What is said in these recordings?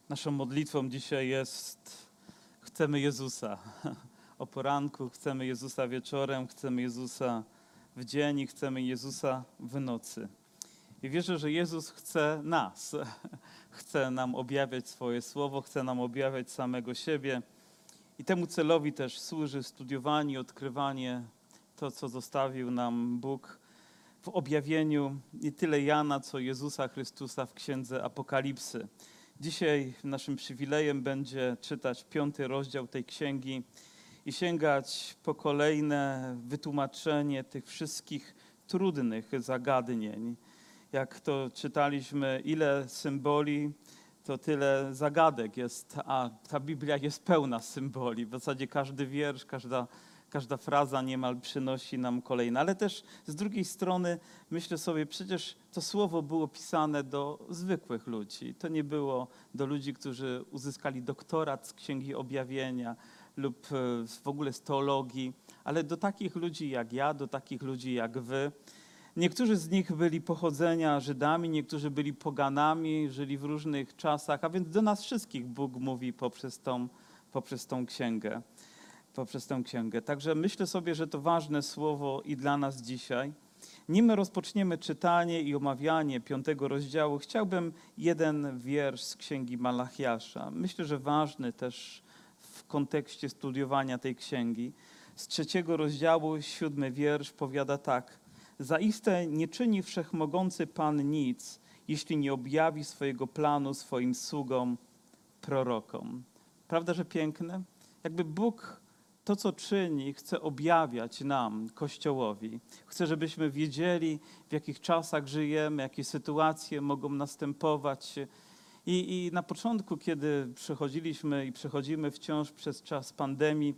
Naszą modlitwą dzisiaj jest: chcemy Jezusa. O poranku chcemy Jezusa wieczorem, chcemy Jezusa w dzień i chcemy Jezusa w nocy. I wierzę, że Jezus chce nas. Chce nam objawiać swoje słowo, chce nam objawiać samego siebie. I temu celowi też służy studiowanie i odkrywanie to, co zostawił nam Bóg w objawieniu nie tyle Jana, co Jezusa Chrystusa w Księdze Apokalipsy. Dzisiaj naszym przywilejem będzie czytać 5 rozdział tej księgi i sięgać po kolejne wytłumaczenie tych wszystkich trudnych zagadnień. Jak to czytaliśmy, ile symboli, to tyle zagadek jest, a ta Biblia jest pełna symboli. W zasadzie każdy wiersz, każda fraza niemal przynosi nam kolejne. Ale też z drugiej strony myślę sobie, przecież to słowo było pisane do zwykłych ludzi. To nie było do ludzi, którzy uzyskali doktorat z Księgi Objawienia lub w ogóle z teologii, ale do takich ludzi jak ja, do takich ludzi jak wy. Niektórzy z nich byli pochodzenia Żydami, niektórzy byli poganami, żyli w różnych czasach, a więc do nas wszystkich Bóg mówi poprzez tą księgę. Także myślę sobie, że to ważne słowo i dla nas dzisiaj. Nim rozpoczniemy czytanie i omawianie 5 rozdziału, chciałbym jeden wiersz z Księgi Malachiasza. Myślę, że ważny też w kontekście studiowania tej księgi. Z 3 rozdziału, 7 wiersz powiada tak. Zaiste nie czyni wszechmogący Pan nic, jeśli nie objawi swojego planu swoim sługom, prorokom. Prawda, że piękne? Jakby Bóg to, co czyni, chce objawiać nam, Kościołowi. Chce, żebyśmy wiedzieli, w jakich czasach żyjemy, jakie sytuacje mogą następować. I na początku, kiedy przechodziliśmy i przechodzimy wciąż przez czas pandemii,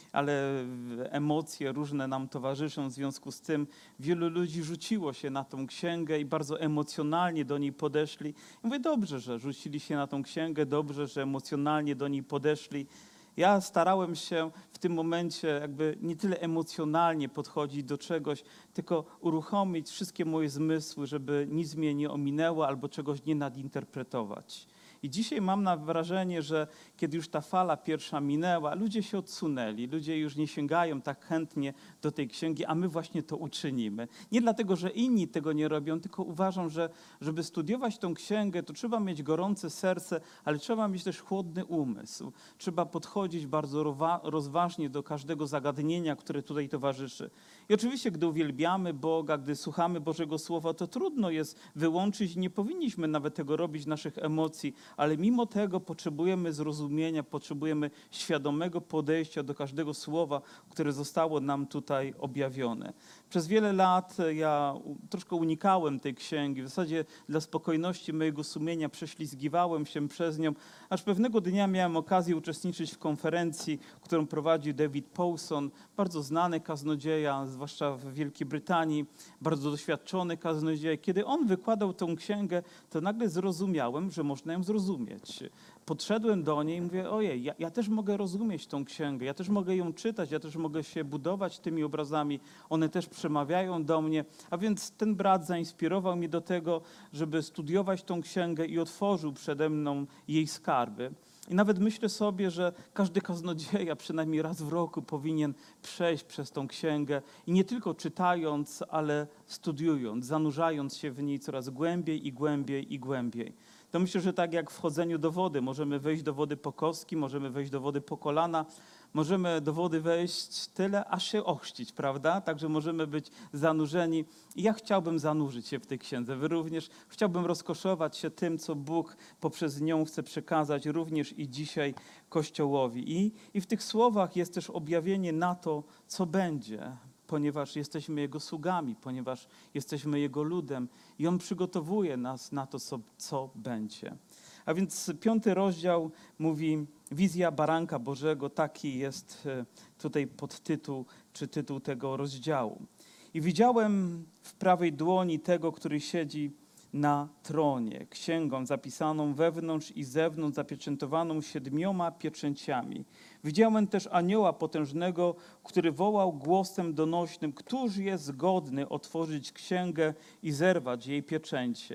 ale emocje różne nam towarzyszą w związku z tym. Wielu ludzi rzuciło się na tą księgę i bardzo emocjonalnie do niej podeszli. I mówię, dobrze, że rzucili się na tą księgę, dobrze, że emocjonalnie do niej podeszli. Ja starałem się w tym momencie jakby nie tyle emocjonalnie podchodzić do czegoś, tylko uruchomić wszystkie moje zmysły, żeby nic mnie nie ominęło albo czegoś nie nadinterpretować. I dzisiaj mam wrażenie, że kiedy już ta fala pierwsza minęła, ludzie się odsunęli, ludzie już nie sięgają tak chętnie do tej księgi, a my właśnie to uczynimy. Nie dlatego, że inni tego nie robią, tylko uważam, że żeby studiować tą księgę, to trzeba mieć gorące serce, ale trzeba mieć też chłodny umysł. Trzeba podchodzić bardzo rozważnie do każdego zagadnienia, które tutaj towarzyszy. I oczywiście, gdy uwielbiamy Boga, gdy słuchamy Bożego Słowa, to trudno jest wyłączyć, nie powinniśmy nawet tego robić, naszych emocji, ale mimo tego potrzebujemy zrozumienia, potrzebujemy świadomego podejścia do każdego słowa, które zostało nam tutaj objawione. Przez wiele lat ja troszkę unikałem tej księgi, w zasadzie dla spokojności mojego sumienia prześlizgiwałem się przez nią, aż pewnego dnia miałem okazję uczestniczyć w konferencji, którą prowadził David Powson, bardzo znany kaznodzieja, zwłaszcza w Wielkiej Brytanii, bardzo doświadczony kaznodzieja. Kiedy on wykładał tę księgę, to nagle zrozumiałem, że można ją zrozumieć. Podszedłem do niej i mówię, ojej, ja też mogę rozumieć tą księgę, ja też mogę ją czytać, ja też mogę się budować tymi obrazami, one też przemawiają do mnie, a więc ten brat zainspirował mnie do tego, żeby studiować tą księgę i otworzył przede mną jej skarby. I nawet myślę sobie, że każdy kaznodzieja przynajmniej raz w roku powinien przejść przez tą księgę i nie tylko czytając, ale studiując, zanurzając się w niej coraz głębiej i głębiej i głębiej. To myślę, że tak jak w wchodzeniu do wody, możemy wejść do wody po kostki, możemy wejść do wody po kolana, możemy do wody wejść tyle, aż się ochrzcić, prawda? Także możemy być zanurzeni. I ja chciałbym zanurzyć się w tej księdze. Wy również chciałbym rozkoszować się tym, co Bóg poprzez nią chce przekazać również i dzisiaj Kościołowi. I w tych słowach jest też objawienie na to, co będzie, ponieważ jesteśmy Jego sługami, ponieważ jesteśmy Jego ludem i On przygotowuje nas na to, co będzie. A więc 5 rozdział mówi wizja baranka Bożego, taki jest tutaj podtytuł czy tytuł tego rozdziału. I widziałem w prawej dłoni tego, który siedzi na tronie, księgą zapisaną wewnątrz i zewnątrz, zapieczętowaną 7 pieczęciami. Widziałem też anioła potężnego, który wołał głosem donośnym, któż jest godny otworzyć księgę i zerwać jej pieczęcie.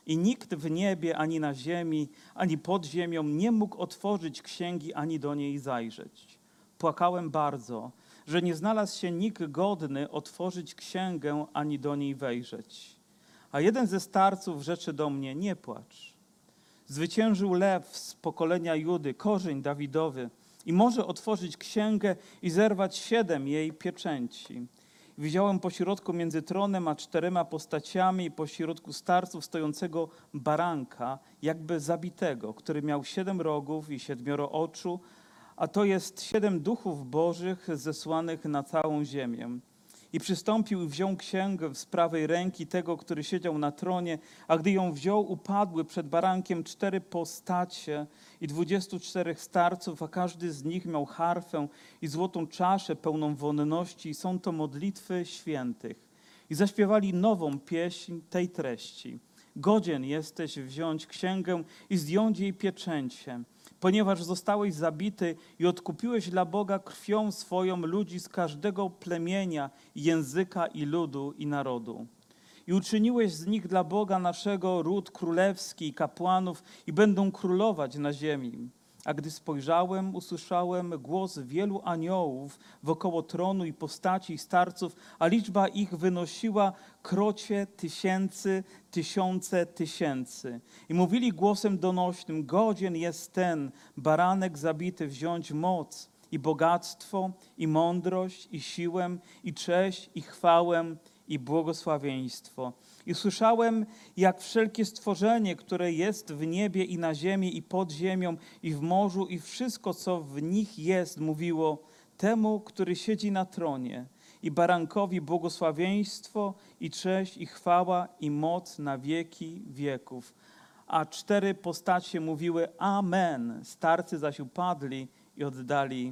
I nikt w niebie, ani na ziemi, ani pod ziemią nie mógł otworzyć księgi, ani do niej zajrzeć. Płakałem bardzo, że nie znalazł się nikt godny otworzyć księgę, ani do niej wejrzeć. A jeden ze starców rzeczy do mnie: nie płacz. Zwyciężył lew z pokolenia Judy, korzeń Dawidowy, i może otworzyć księgę i zerwać 7 jej pieczęci. Widziałem pośrodku między tronem a 4 postaciami, pośrodku starców stojącego baranka, jakby zabitego, który miał 7 rogów i 7 oczu, a to jest 7 duchów bożych zesłanych na całą ziemię. I przystąpił i wziął księgę z prawej ręki tego, który siedział na tronie, a gdy ją wziął, upadły przed barankiem 4 postacie i 24 starców, a każdy z nich miał harfę i złotą czaszę pełną wonności, i są to modlitwy świętych. I zaśpiewali nową pieśń tej treści: godzien jesteś wziąć księgę i zdjąć jej pieczęcie, ponieważ zostałeś zabity i odkupiłeś dla Boga krwią swoją ludzi z każdego plemienia, języka i ludu i narodu. I uczyniłeś z nich dla Boga naszego ród królewski i kapłanów, i będą królować na ziemi. A gdy spojrzałem, usłyszałem głos wielu aniołów wokoło tronu i postaci i starców, a liczba ich wynosiła krocie tysięcy, tysiące tysięcy. I mówili głosem donośnym: godzien jest ten baranek zabity wziąć moc i bogactwo, i mądrość, i siłę, i cześć, i chwałę, i błogosławieństwo. I słyszałem, jak wszelkie stworzenie, które jest w niebie i na ziemi, i pod ziemią, i w morzu, i wszystko, co w nich jest, mówiło temu, który siedzi na tronie, i barankowi błogosławieństwo, i cześć, i chwała, i moc na wieki wieków. A 4 postacie mówiły amen. Starcy zaś upadli i oddali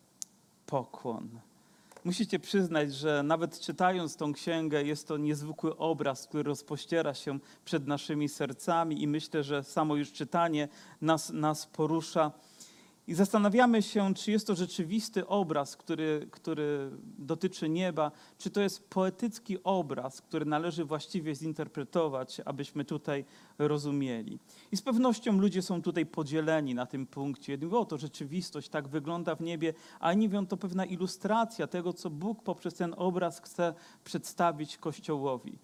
pokłon. Musicie przyznać, że nawet czytając tą księgę, jest to niezwykły obraz, który rozpościera się przed naszymi sercami, i myślę, że samo już czytanie nas porusza. I zastanawiamy się, czy jest to rzeczywisty obraz, który dotyczy nieba, czy to jest poetycki obraz, który należy właściwie zinterpretować, abyśmy tutaj rozumieli. I z pewnością ludzie są tutaj podzieleni na tym punkcie. Jedni mówią: o, to rzeczywistość, tak wygląda w niebie, a inni mówią: to pewna ilustracja tego, co Bóg poprzez ten obraz chce przedstawić Kościołowi.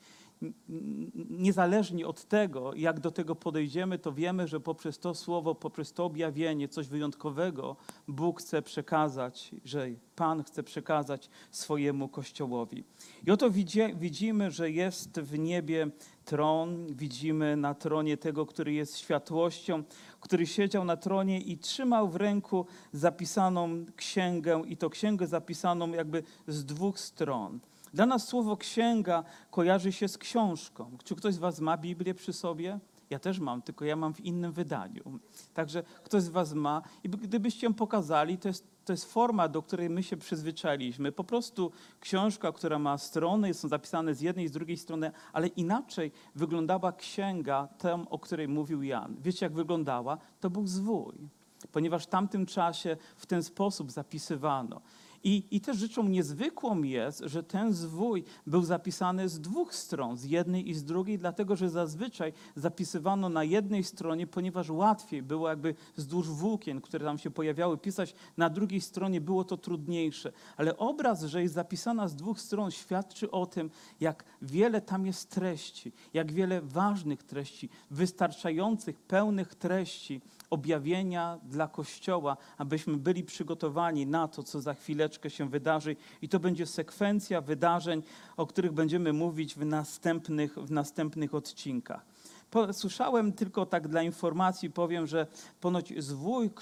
Niezależnie od tego, jak do tego podejdziemy, to wiemy, że poprzez to słowo, poprzez to objawienie, coś wyjątkowego Bóg chce przekazać, że Pan chce przekazać swojemu Kościołowi. I oto widzimy, że jest w niebie tron, widzimy na tronie tego, który jest światłością, który siedział na tronie i trzymał w ręku zapisaną księgę, i to księgę zapisaną jakby z 2 stron. Dla nas słowo księga kojarzy się z książką. Czy ktoś z was ma Biblię przy sobie? Ja też mam, tylko ja mam w innym wydaniu. Także ktoś z was ma i gdybyście ją pokazali, to jest forma, do której my się przyzwyczailiśmy. Po prostu książka, która ma strony, są zapisane z jednej i z drugiej strony, ale inaczej wyglądała księga, tę, o której mówił Jan. Wiecie, jak wyglądała? To był zwój, ponieważ w tamtym czasie w ten sposób zapisywano. I też rzeczą niezwykłą jest, że ten zwój był zapisany z 2 stron, z jednej i z drugiej, dlatego że zazwyczaj zapisywano na jednej stronie, ponieważ łatwiej było jakby wzdłuż włókien, które tam się pojawiały, pisać na drugiej stronie, było to trudniejsze. Ale obraz, że jest zapisana z 2 stron, świadczy o tym, jak wiele tam jest treści, jak wiele ważnych treści, wystarczających, pełnych treści, objawienia dla Kościoła, abyśmy byli przygotowani na to, co za chwileczkę się wydarzy. I to będzie sekwencja wydarzeń, o których będziemy mówić w następnych odcinkach. Słyszałem tylko tak dla informacji, powiem, że ponoć zwój,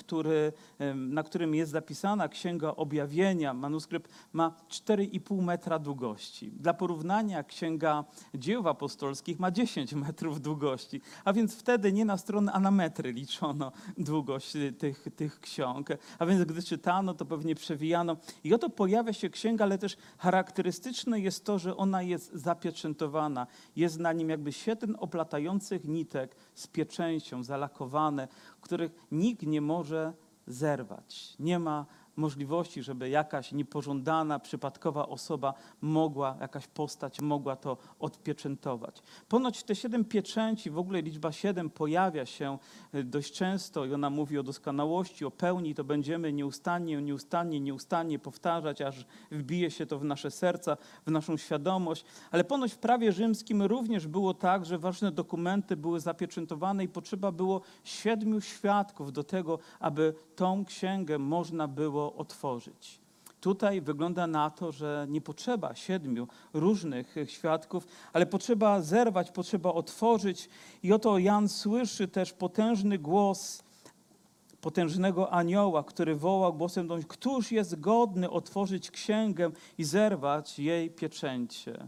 na którym jest zapisana Księga Objawienia, manuskrypt, ma 4,5 metra długości. Dla porównania Księga Dzieł Apostolskich ma 10 metrów długości, a więc wtedy nie na strony, a na metry liczono długość tych ksiąg. A więc gdy czytano, to pewnie przewijano. I oto pojawia się księga, ale też charakterystyczne jest to, że ona jest zapieczętowana. Jest na nim jakby 7 oplatających nitek z pieczęcią, zalakowane, których nikt nie może zerwać. Nie ma możliwości, żeby jakaś niepożądana, przypadkowa osoba jakaś postać mogła to odpieczętować. Ponoć te 7 pieczęci, w ogóle liczba 7 pojawia się dość często i ona mówi o doskonałości, o pełni, to będziemy nieustannie powtarzać, aż wbije się to w nasze serca, w naszą świadomość. Ale ponoć w prawie rzymskim również było tak, że ważne dokumenty były zapieczętowane i potrzeba było 7 świadków do tego, aby tą księgę można było otworzyć. Tutaj wygląda na to, że nie potrzeba 7 różnych świadków, ale potrzeba zerwać, potrzeba otworzyć. I oto Jan słyszy też potężny głos potężnego anioła, który woła głosem: któż jest godny otworzyć księgę i zerwać jej pieczęcie?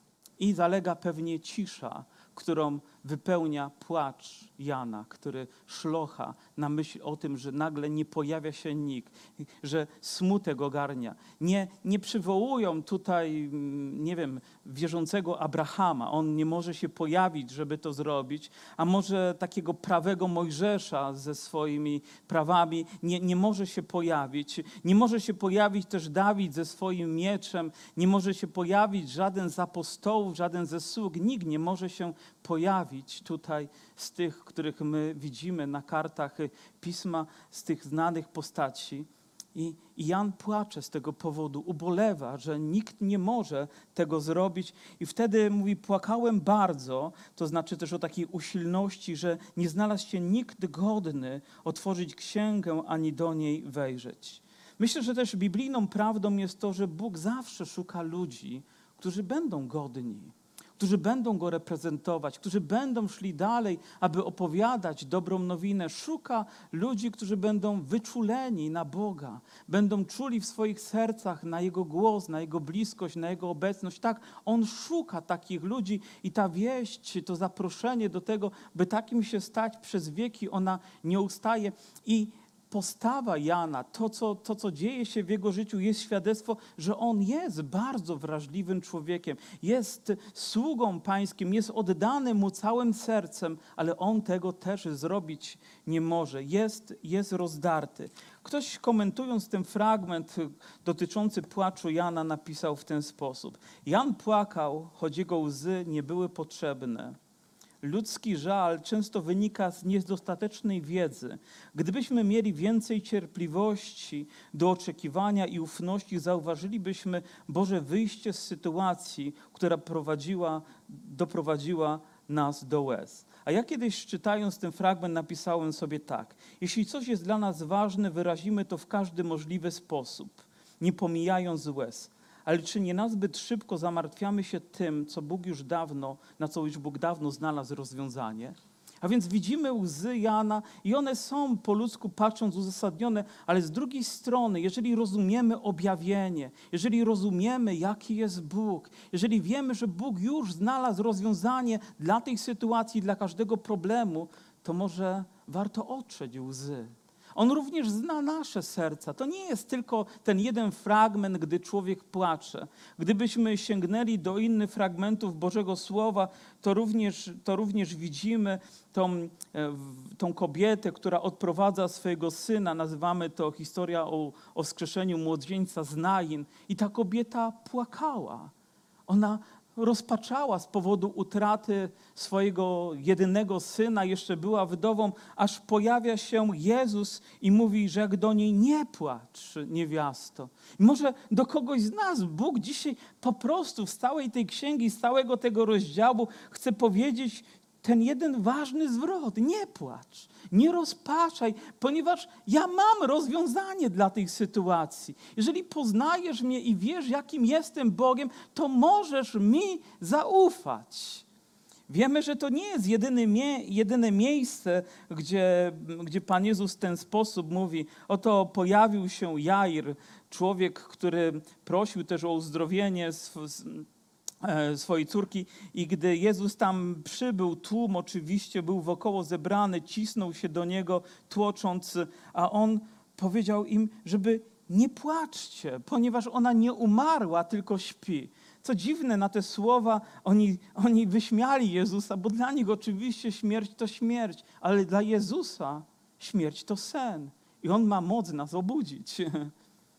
I zalega pewnie cisza, którą wypełnia płacz Jana, który szlocha na myśl o tym, że nagle nie pojawia się nikt, że smutek ogarnia. Nie przywołują tutaj, nie wiem, wierzącego Abrahama. On nie może się pojawić, żeby to zrobić, a może takiego prawego Mojżesza ze swoimi prawami nie może się pojawić. Nie może się pojawić też Dawid ze swoim mieczem, nie może się pojawić żaden z apostołów, żaden ze sług. Nikt nie może się pojawić tutaj z tych, których my widzimy na kartach Pisma, z tych znanych postaci. I Jan płacze z tego powodu, ubolewa, że nikt nie może tego zrobić. I wtedy mówi: płakałem bardzo, to znaczy też o takiej usilności, że nie znalazł się nikt godny otworzyć księgę, ani do niej wejrzeć. Myślę, że też biblijną prawdą jest to, że Bóg zawsze szuka ludzi, którzy będą godni, którzy będą Go reprezentować, którzy będą szli dalej, aby opowiadać dobrą nowinę. Szuka ludzi, którzy będą wyczuleni na Boga, będą czuli w swoich sercach na Jego głos, na Jego bliskość, na Jego obecność. Tak, On szuka takich ludzi i ta wieść, to zaproszenie do tego, by takim się stać przez wieki, ona nie ustaje. I postawa Jana, to, co dzieje się w jego życiu, jest świadectwo, że on jest bardzo wrażliwym człowiekiem, jest sługą pańskim, jest oddany mu całym sercem, ale on tego też zrobić nie może. Jest rozdarty. Ktoś, komentując ten fragment dotyczący płaczu Jana, napisał w ten sposób: Jan płakał, choć jego łzy nie były potrzebne. Ludzki żal często wynika z niedostatecznej wiedzy. Gdybyśmy mieli więcej cierpliwości do oczekiwania i ufności, zauważylibyśmy Boże wyjście z sytuacji, która doprowadziła nas do łez. A ja kiedyś, czytając ten fragment, napisałem sobie tak: jeśli coś jest dla nas ważne, wyrazimy to w każdy możliwy sposób, nie pomijając łez. Ale czy nie nazbyt szybko zamartwiamy się tym, na co już Bóg dawno znalazł rozwiązanie? A więc widzimy łzy Jana i one są po ludzku patrząc uzasadnione, ale z drugiej strony, jeżeli rozumiemy objawienie, jeżeli rozumiemy, jaki jest Bóg, jeżeli wiemy, że Bóg już znalazł rozwiązanie dla tej sytuacji, dla każdego problemu, to może warto otrzeć łzy. On również zna nasze serca. To nie jest tylko ten jeden fragment, gdy człowiek płacze. Gdybyśmy sięgnęli do innych fragmentów Bożego Słowa, to również widzimy tą kobietę, która odprowadza swojego syna. Nazywamy to historia o wskrzeszeniu młodzieńca z Nain. I ta kobieta płakała. Ona rozpaczała z powodu utraty swojego jedynego syna, jeszcze była wdową, aż pojawia się Jezus i mówi, że jak do niej: nie płacz, niewiasto. I może do kogoś z nas Bóg dzisiaj po prostu z całej tej księgi, z całego tego rozdziału chce powiedzieć ten jeden ważny zwrot: nie płacz, nie rozpaczaj, ponieważ ja mam rozwiązanie dla tej sytuacji. Jeżeli poznajesz mnie i wiesz, jakim jestem Bogiem, to możesz mi zaufać. Wiemy, że to nie jest jedyne miejsce, gdzie Pan Jezus w ten sposób mówi. Oto pojawił się Jair, człowiek, który prosił też o uzdrowienie swojej córki, i gdy Jezus tam przybył, tłum oczywiście był wokoło zebrany, cisnął się do Niego tłocząc, a On powiedział im, żeby nie płaczcie, ponieważ ona nie umarła, tylko śpi. Co dziwne, na te słowa oni wyśmiali Jezusa, bo dla nich oczywiście śmierć to śmierć, ale dla Jezusa śmierć to sen i On ma moc nas obudzić.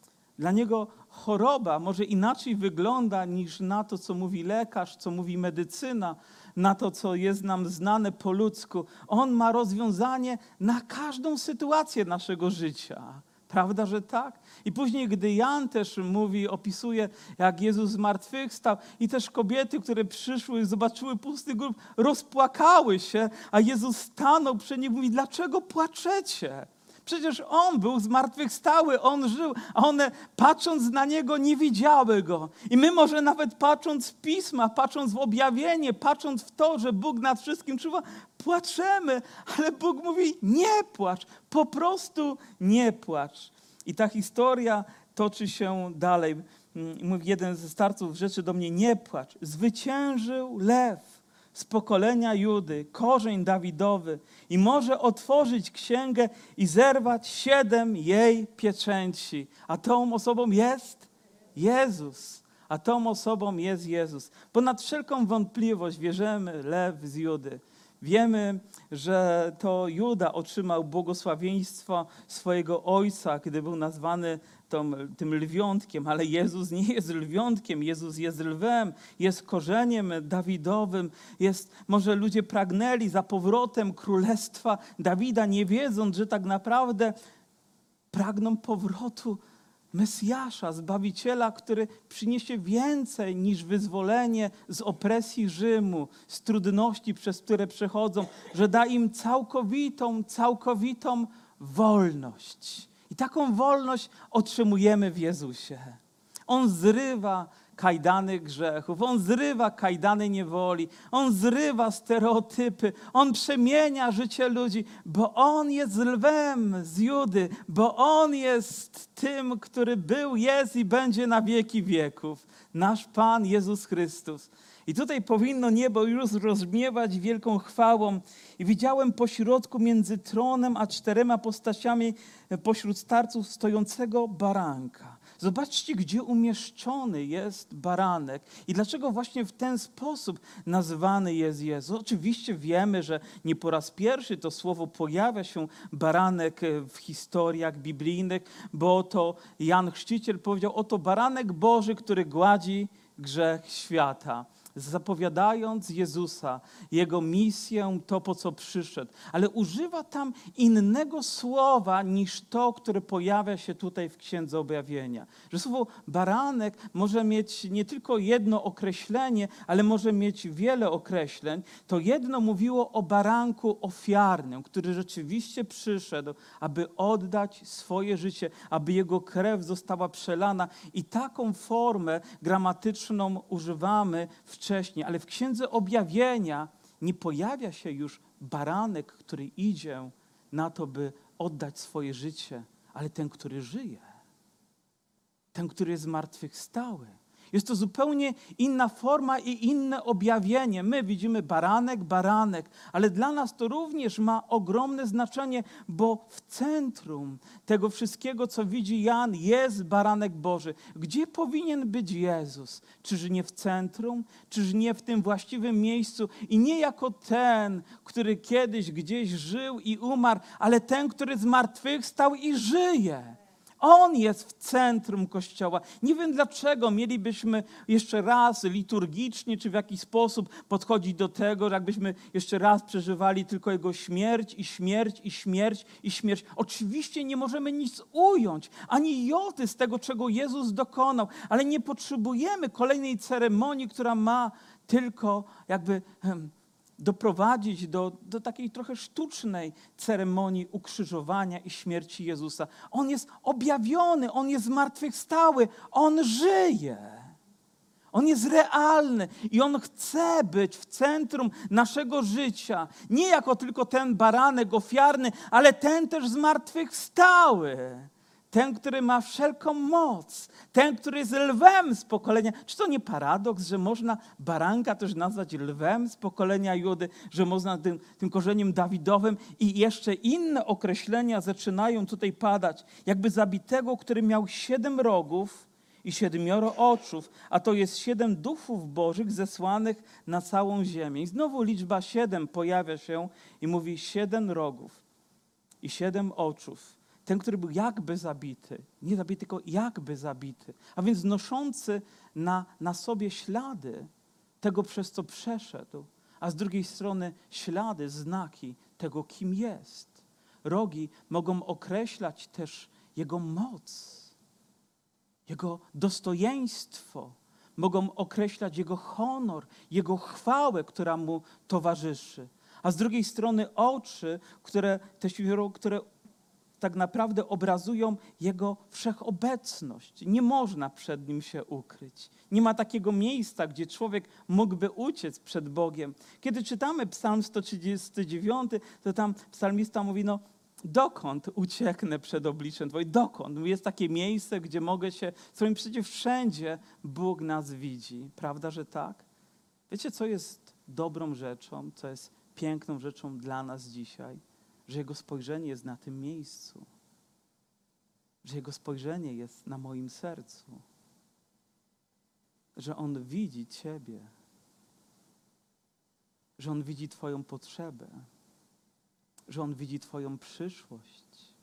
Dla niego choroba może inaczej wygląda niż na to, co mówi lekarz, co mówi medycyna, na to, co jest nam znane po ludzku. On ma rozwiązanie na każdą sytuację naszego życia. Prawda, że tak? I później, gdy Jan też mówi, opisuje, jak Jezus zmartwychwstał i też kobiety, które przyszły i zobaczyły pusty grób, rozpłakały się, a Jezus stanął przy nich i mówi, dlaczego płaczecie? Przecież On był zmartwychwstały, On żył, a one patrząc na Niego nie widziały Go. I my może nawet patrząc w Pisma, patrząc w objawienie, patrząc w to, że Bóg nad wszystkim czuwa, płaczemy, ale Bóg mówi nie płacz, po prostu nie płacz. I ta historia toczy się dalej. Mówi jeden ze starców rzeczy do mnie, nie płacz, zwyciężył lew z pokolenia Judy, korzeń Dawidowy i może otworzyć księgę i zerwać 7 jej pieczęci. A tą osobą jest Jezus. A tą osobą jest Jezus. Ponad wszelką wątpliwość wierzymy, lew z Judy. Wiemy, że to Juda otrzymał błogosławieństwo swojego ojca, kiedy był nazwany tym lwiątkiem, ale Jezus nie jest lwiątkiem, Jezus jest lwem, jest korzeniem Dawidowym. Może ludzie pragnęli za powrotem królestwa Dawida, nie wiedząc, że tak naprawdę pragną powrotu Mesjasza, Zbawiciela, który przyniesie więcej niż wyzwolenie z opresji Rzymu, z trudności, przez które przechodzą, że da im całkowitą wolność. I taką wolność otrzymujemy w Jezusie. On zrywa kajdany grzechów, On zrywa kajdany niewoli, On zrywa stereotypy, On przemienia życie ludzi, bo On jest lwem z Judy, bo On jest tym, który był, jest i będzie na wieki wieków. Nasz Pan Jezus Chrystus. I tutaj powinno niebo już rozbrzmiewać wielką chwałą. I widziałem pośrodku między tronem a 4 postaciami pośród starców stojącego baranka. Zobaczcie, gdzie umieszczony jest baranek i dlaczego właśnie w ten sposób nazywany jest Jezus. Oczywiście wiemy, że nie po raz pierwszy to słowo pojawia się baranek w historiach biblijnych, bo to Jan Chrzciciel powiedział, oto baranek Boży, który gładzi grzech świata. Zapowiadając Jezusa, Jego misję, to po co przyszedł. Ale używa tam innego słowa niż to, które pojawia się tutaj w Księdze Objawienia. Że słowo baranek może mieć nie tylko jedno określenie, ale może mieć wiele określeń. To jedno mówiło o baranku ofiarnym, który rzeczywiście przyszedł, aby oddać swoje życie, aby Jego krew została przelana. I taką formę gramatyczną używamy wcześniej, ale w Księdze Objawienia nie pojawia się już baranek, który idzie na to, by oddać swoje życie, ale ten, który żyje, ten, który jest zmartwychwstały. Jest to zupełnie inna forma i inne objawienie. My widzimy baranek, ale dla nas to również ma ogromne znaczenie, bo w centrum tego wszystkiego, co widzi Jan, jest baranek Boży. Gdzie powinien być Jezus? Czyż nie w centrum? Czyż nie w tym właściwym miejscu? I nie jako ten, który kiedyś gdzieś żył i umarł, ale ten, który zmartwychwstał i żyje. On jest w centrum Kościoła. Nie wiem dlaczego mielibyśmy jeszcze raz liturgicznie czy w jakiś sposób podchodzić do tego, jakbyśmy jeszcze raz przeżywali tylko Jego śmierć i śmierć i śmierć i śmierć. Oczywiście nie możemy nic ująć, ani joty z tego, czego Jezus dokonał, ale nie potrzebujemy kolejnej ceremonii, która ma tylko jakby doprowadzić do takiej trochę sztucznej ceremonii ukrzyżowania i śmierci Jezusa. On jest objawiony, On jest zmartwychwstały, On żyje. On jest realny i On chce być w centrum naszego życia. Nie jako tylko ten baranek ofiarny, ale ten też zmartwychwstały. Ten, który ma wszelką moc, ten, który jest lwem z pokolenia. Czy to nie paradoks, że można baranka też nazwać lwem z pokolenia Judy, że można tym korzeniem Dawidowym i jeszcze inne określenia zaczynają tutaj padać. Jakby zabitego, który miał 7 rogów i 7 oczów, a to jest 7 duchów bożych zesłanych na całą ziemię. I znowu liczba 7 pojawia się i mówi 7 rogów i 7 oczów. ten, który był jakby zabity, nie zabity, tylko jakby zabity, a więc noszący na sobie ślady tego, przez co przeszedł, a z drugiej strony ślady, znaki tego, kim jest. Rogi mogą określać też Jego moc, Jego dostojeństwo, mogą określać Jego honor, Jego chwałę, która Mu towarzyszy. A z drugiej strony oczy, które tak naprawdę obrazują Jego wszechobecność. Nie można przed Nim się ukryć. Nie ma takiego miejsca, gdzie człowiek mógłby uciec przed Bogiem. Kiedy czytamy Psalm 139, to tam psalmista mówi, dokąd ucieknę przed obliczem Twoim? Dokąd? Jest takie miejsce, gdzie mogę się, w którym przecież wszędzie Bóg nas widzi. Prawda, że tak? Wiecie, co jest dobrą rzeczą, co jest piękną rzeczą dla nas dzisiaj? Że Jego spojrzenie jest na tym miejscu. Że Jego spojrzenie jest na moim sercu. Że On widzi Ciebie. Że On widzi Twoją potrzebę. Że On widzi Twoją przyszłość.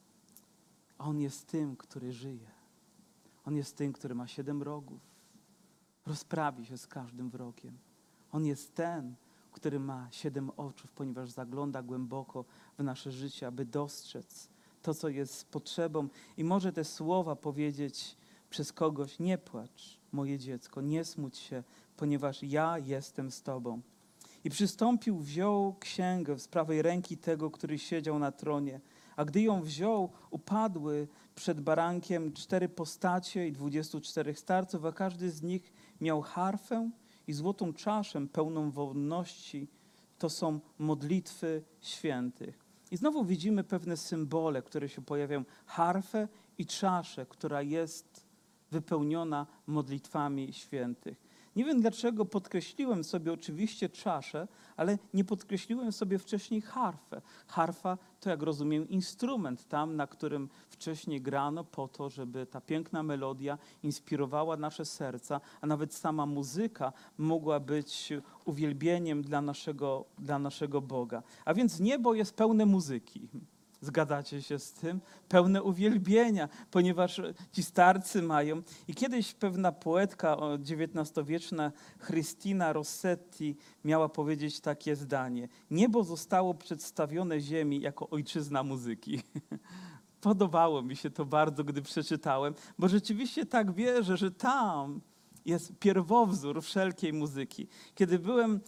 A On jest tym, który żyje. On jest tym, który ma 7 rogów. Rozprawi się z każdym wrogiem. On jest ten, który ma 7 oczów, ponieważ zagląda głęboko w nasze życie, aby dostrzec to, co jest potrzebą. I może te słowa powiedzieć przez kogoś: nie płacz, moje dziecko, nie smuć się, ponieważ ja jestem z tobą. I przystąpił, wziął księgę z prawej ręki tego, który siedział na tronie. A gdy ją wziął, upadły przed barankiem 4 postacie i 24 starców, a każdy z nich miał harfę i złotą czaszę pełną wonności. To są modlitwy świętych. I znowu widzimy pewne symbole, które się pojawiają. Harfę i czaszę, która jest wypełniona modlitwami świętych. Nie wiem, dlaczego podkreśliłem sobie oczywiście czaszę, ale nie podkreśliłem sobie wcześniej harfę. Harfa to, jak rozumiem, instrument tam, na którym wcześniej grano po to, żeby ta piękna melodia inspirowała nasze serca, a nawet sama muzyka mogła być uwielbieniem dla naszego Boga. A więc niebo jest pełne muzyki. Zgadzacie się z tym? Pełne uwielbienia, ponieważ ci starcy mają. I kiedyś pewna poetka XIX-wieczna Cristina Rossetti miała powiedzieć takie zdanie: niebo zostało przedstawione ziemi jako ojczyzna muzyki. Podobało mi się to bardzo, gdy przeczytałem, bo rzeczywiście tak wierzę, że tam jest pierwowzór wszelkiej muzyki. Kiedy byłem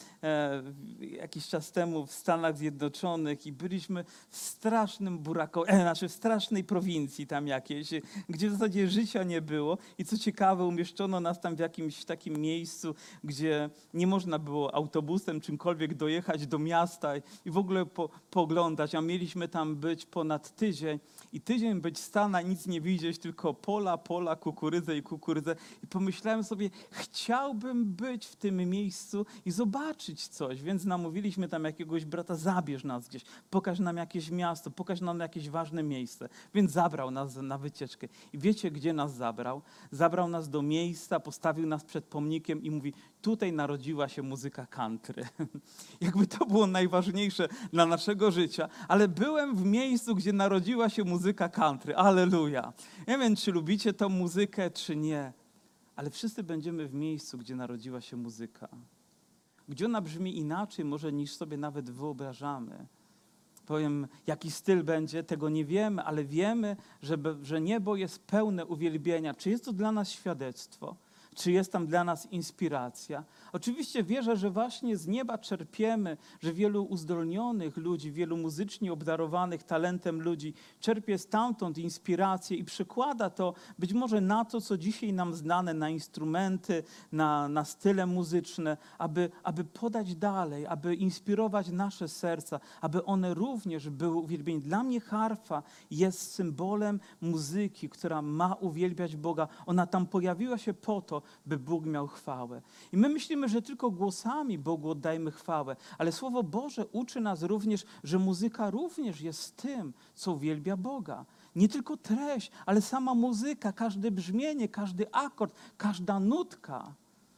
jakiś czas temu w Stanach Zjednoczonych i byliśmy w strasznym w strasznej prowincji tam jakiejś, gdzie w zasadzie życia nie było i co ciekawe, umieszczono nas tam w jakimś takim miejscu, gdzie nie można było autobusem czymkolwiek dojechać do miasta i w ogóle pooglądać, a mieliśmy tam być ponad tydzień i tydzień być w Stanach, nic nie widzieć, tylko pola, kukurydzę i kukurydzę. I pomyślałem sobie, chciałbym być w tym miejscu i zobaczyć coś, więc namówiliśmy tam jakiegoś brata: zabierz nas gdzieś, pokaż nam jakieś miasto, pokaż nam jakieś ważne miejsce. Więc zabrał nas na wycieczkę. I wiecie, gdzie nas zabrał? Zabrał nas do miejsca, postawił nas przed pomnikiem i mówi: tutaj narodziła się muzyka country. Jakby to było najważniejsze dla naszego życia, ale byłem w miejscu, gdzie narodziła się muzyka country. Alleluja. Nie wiem, czy lubicie tą muzykę, czy nie, ale wszyscy będziemy w miejscu, gdzie narodziła się muzyka. Gdzie ona brzmi inaczej może niż sobie nawet wyobrażamy. Powiem, jaki styl będzie, tego nie wiemy, ale wiemy, że niebo jest pełne uwielbienia. Czy jest to dla nas świadectwo? Czy jest tam dla nas inspiracja? Oczywiście wierzę, że właśnie z nieba czerpiemy, że wielu uzdolnionych ludzi, wielu muzycznie obdarowanych talentem ludzi czerpie stamtąd inspirację i przekłada to być może na to, co dzisiaj nam znane, na instrumenty, na style muzyczne, aby podać dalej, aby inspirować nasze serca, aby one również były uwielbieniem. Dla mnie harfa jest symbolem muzyki, która ma uwielbiać Boga. Ona tam pojawiła się po to, by Bóg miał chwałę. I my myślimy, że tylko głosami Bogu oddajmy chwałę, ale Słowo Boże uczy nas również, że muzyka również jest tym, co uwielbia Boga. Nie tylko treść, ale sama muzyka, każde brzmienie, każdy akord, każda nutka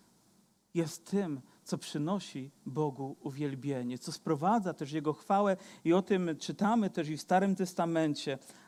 jest tym, co przynosi Bogu uwielbienie, co sprowadza też Jego chwałę i o tym czytamy też i w Starym Testamencie.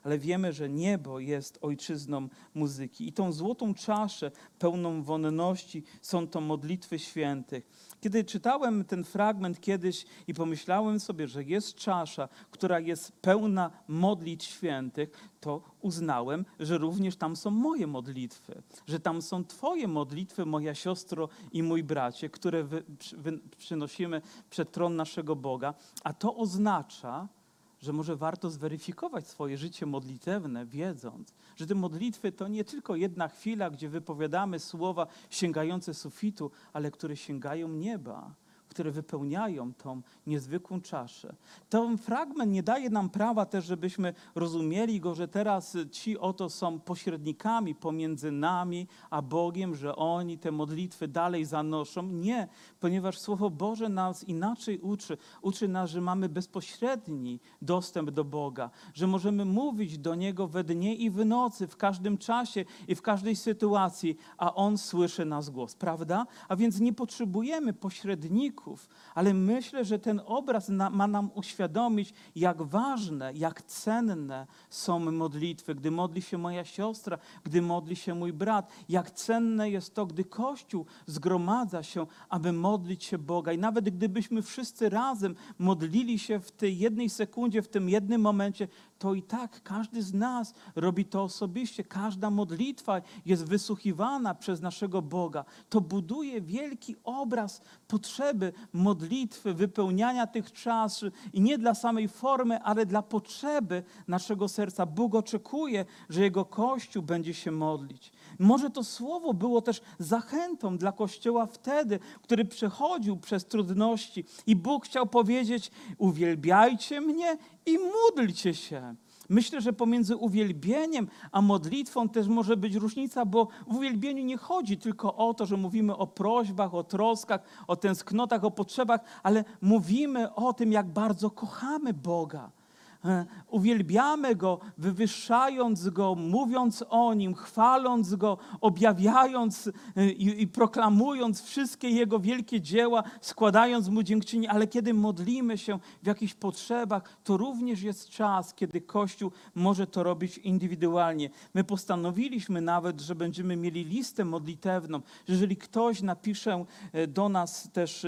ale wiemy, że niebo jest ojczyzną muzyki. I tą złotą czaszę pełną wonności są to modlitwy świętych. Kiedy czytałem ten fragment kiedyś i pomyślałem sobie, że jest czasza, która jest pełna modlitw świętych, to uznałem, że również tam są moje modlitwy, że tam są Twoje modlitwy, moja siostro i mój bracie, które przynosimy przed tron naszego Boga, a to oznacza, że może warto zweryfikować swoje życie modlitewne, wiedząc, że te modlitwy to nie tylko jedna chwila, gdzie wypowiadamy słowa sięgające sufitu, ale które sięgają nieba, które wypełniają tą niezwykłą czaszę. Ten fragment nie daje nam prawa też, żebyśmy rozumieli go, że teraz ci oto są pośrednikami pomiędzy nami a Bogiem, że oni te modlitwy dalej zanoszą. Nie, ponieważ Słowo Boże nas inaczej uczy. Uczy nas, że mamy bezpośredni dostęp do Boga, że możemy mówić do Niego we dnie i w nocy, w każdym czasie i w każdej sytuacji, a On słyszy nasz głos, prawda? A więc nie potrzebujemy pośredników, ale myślę, że ten obraz ma nam uświadomić, jak ważne, jak cenne są modlitwy. Gdy modli się moja siostra, gdy modli się mój brat, jak cenne jest to, gdy Kościół zgromadza się, aby modlić się Boga. I nawet gdybyśmy wszyscy razem modlili się w tej jednej sekundzie, w tym jednym momencie, to i tak każdy z nas robi to osobiście. Każda modlitwa jest wysłuchiwana przez naszego Boga. To buduje wielki obraz potrzeby modlitwy, wypełniania tych czas i nie dla samej formy, ale dla potrzeby naszego serca. Bóg oczekuje, że Jego Kościół będzie się modlić. Może to słowo było też zachętą dla Kościoła wtedy, który przechodził przez trudności i Bóg chciał powiedzieć: uwielbiajcie mnie i módlcie się. Myślę, że pomiędzy uwielbieniem a modlitwą też może być różnica, bo w uwielbieniu nie chodzi tylko o to, że mówimy o prośbach, o troskach, o tęsknotach, o potrzebach, ale mówimy o tym, jak bardzo kochamy Boga. Uwielbiamy Go, wywyższając Go, mówiąc o Nim, chwaląc Go, objawiając i proklamując wszystkie Jego wielkie dzieła, składając Mu dziękczynienie, ale kiedy modlimy się w jakichś potrzebach, to również jest czas, kiedy Kościół może to robić indywidualnie. My postanowiliśmy nawet, że będziemy mieli listę modlitewną, że jeżeli ktoś napisze do nas też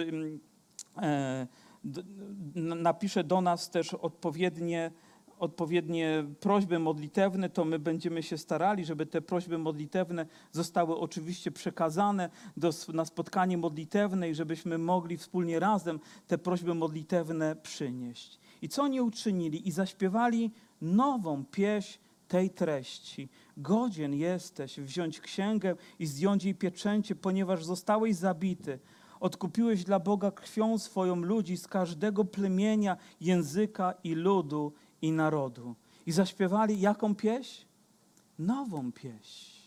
odpowiednie prośby modlitewne, to my będziemy się starali, żeby te prośby modlitewne zostały oczywiście przekazane na spotkanie modlitewne i żebyśmy mogli wspólnie razem te prośby modlitewne przynieść. I co oni uczynili? I zaśpiewali nową pieśń tej treści. Godzien jesteś wziąć księgę i zdjąć jej pieczęcie, ponieważ zostałeś zabity. Odkupiłeś dla Boga krwią swoją ludzi z każdego plemienia, języka i ludu i narodu. I zaśpiewali jaką pieśń? Nową pieśń.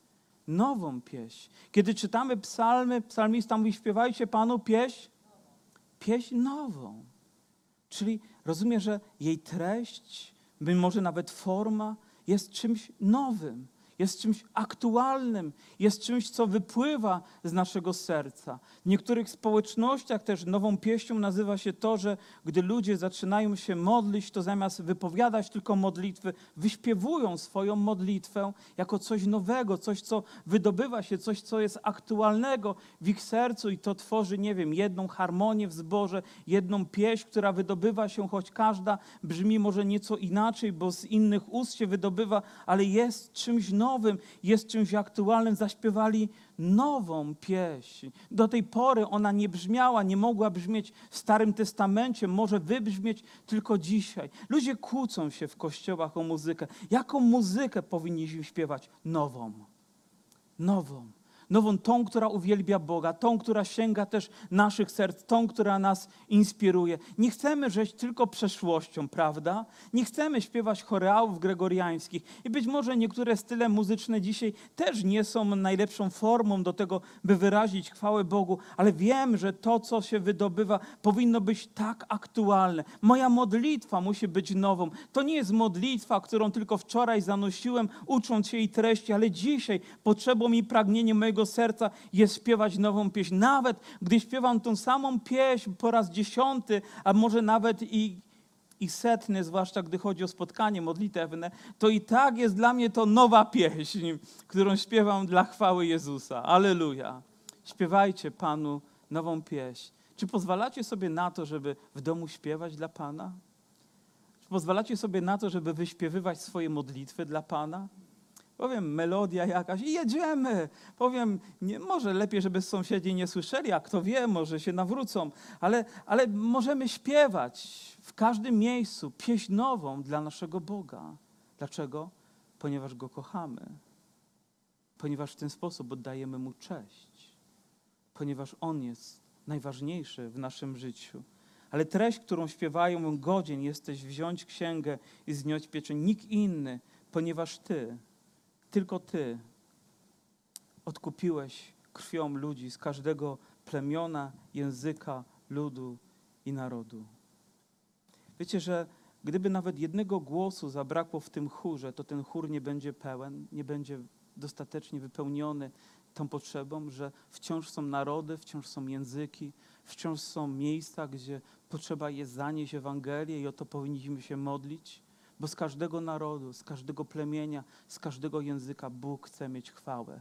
Nową pieśń. Kiedy czytamy psalmy, psalmista mówi: śpiewajcie Panu pieśń. Pieśń nową. Czyli rozumie, że jej treść, być może nawet forma, jest czymś nowym. Jest czymś aktualnym, jest czymś, co wypływa z naszego serca. W niektórych społecznościach też nową pieśnią nazywa się to, że gdy ludzie zaczynają się modlić, to zamiast wypowiadać tylko modlitwy, wyśpiewują swoją modlitwę jako coś nowego, coś, co wydobywa się, coś, co jest aktualnego w ich sercu i to tworzy, nie wiem, jedną harmonię w zborze, jedną pieśń, która wydobywa się, choć każda brzmi może nieco inaczej, bo z innych ust się wydobywa, ale jest czymś nowym, jest czymś aktualnym. Zaśpiewali nową pieśń. Do tej pory ona nie brzmiała, nie mogła brzmieć w Starym Testamencie, może wybrzmieć tylko dzisiaj. Ludzie kłócą się w kościołach o muzykę. Jaką muzykę powinniśmy śpiewać? Nową. Nową. Nową, tą, która uwielbia Boga, tą, która sięga też naszych serc, tą, która nas inspiruje. Nie chcemy żyć tylko przeszłością, prawda? Nie chcemy śpiewać choreałów gregoriańskich. I być może niektóre style muzyczne dzisiaj też nie są najlepszą formą do tego, by wyrazić chwałę Bogu, ale wiem, że to, co się wydobywa, powinno być tak aktualne. Moja modlitwa musi być nową. To nie jest modlitwa, którą tylko wczoraj zanosiłem, ucząc się jej treści, ale dzisiaj potrzebą i pragnieniem mojego serca jest śpiewać nową pieśń. Nawet gdy śpiewam tą samą pieśń po raz 10, a może nawet i i 100, zwłaszcza gdy chodzi o spotkanie modlitewne, to i tak jest dla mnie to nowa pieśń, którą śpiewam dla chwały Jezusa. Alleluja. Śpiewajcie Panu nową pieśń. Czy pozwalacie sobie na to, żeby w domu śpiewać dla Pana? Czy pozwalacie sobie na to, żeby wyśpiewywać swoje modlitwy dla Pana? Powiem, melodia jakaś i jedziemy. Powiem, może lepiej, żeby sąsiedzi nie słyszeli, a kto wie, może się nawrócą. Ale możemy śpiewać w każdym miejscu pieśń nową dla naszego Boga. Dlaczego? Ponieważ Go kochamy. Ponieważ w ten sposób oddajemy Mu cześć. Ponieważ On jest najważniejszy w naszym życiu. Ale treść, którą śpiewają, godzien jesteś wziąć księgę i zdjąć pieczeń. Nikt inny, ponieważ Ty, tylko Ty odkupiłeś krwią ludzi z każdego plemiona, języka, ludu i narodu. Wiecie, że gdyby nawet jednego głosu zabrakło w tym chórze, to ten chór nie będzie pełen, nie będzie dostatecznie wypełniony tą potrzebą, że wciąż są narody, wciąż są języki, wciąż są miejsca, gdzie potrzeba jest zanieść Ewangelię i o to powinniśmy się modlić, bo z każdego narodu, z każdego plemienia, z każdego języka Bóg chce mieć chwałę.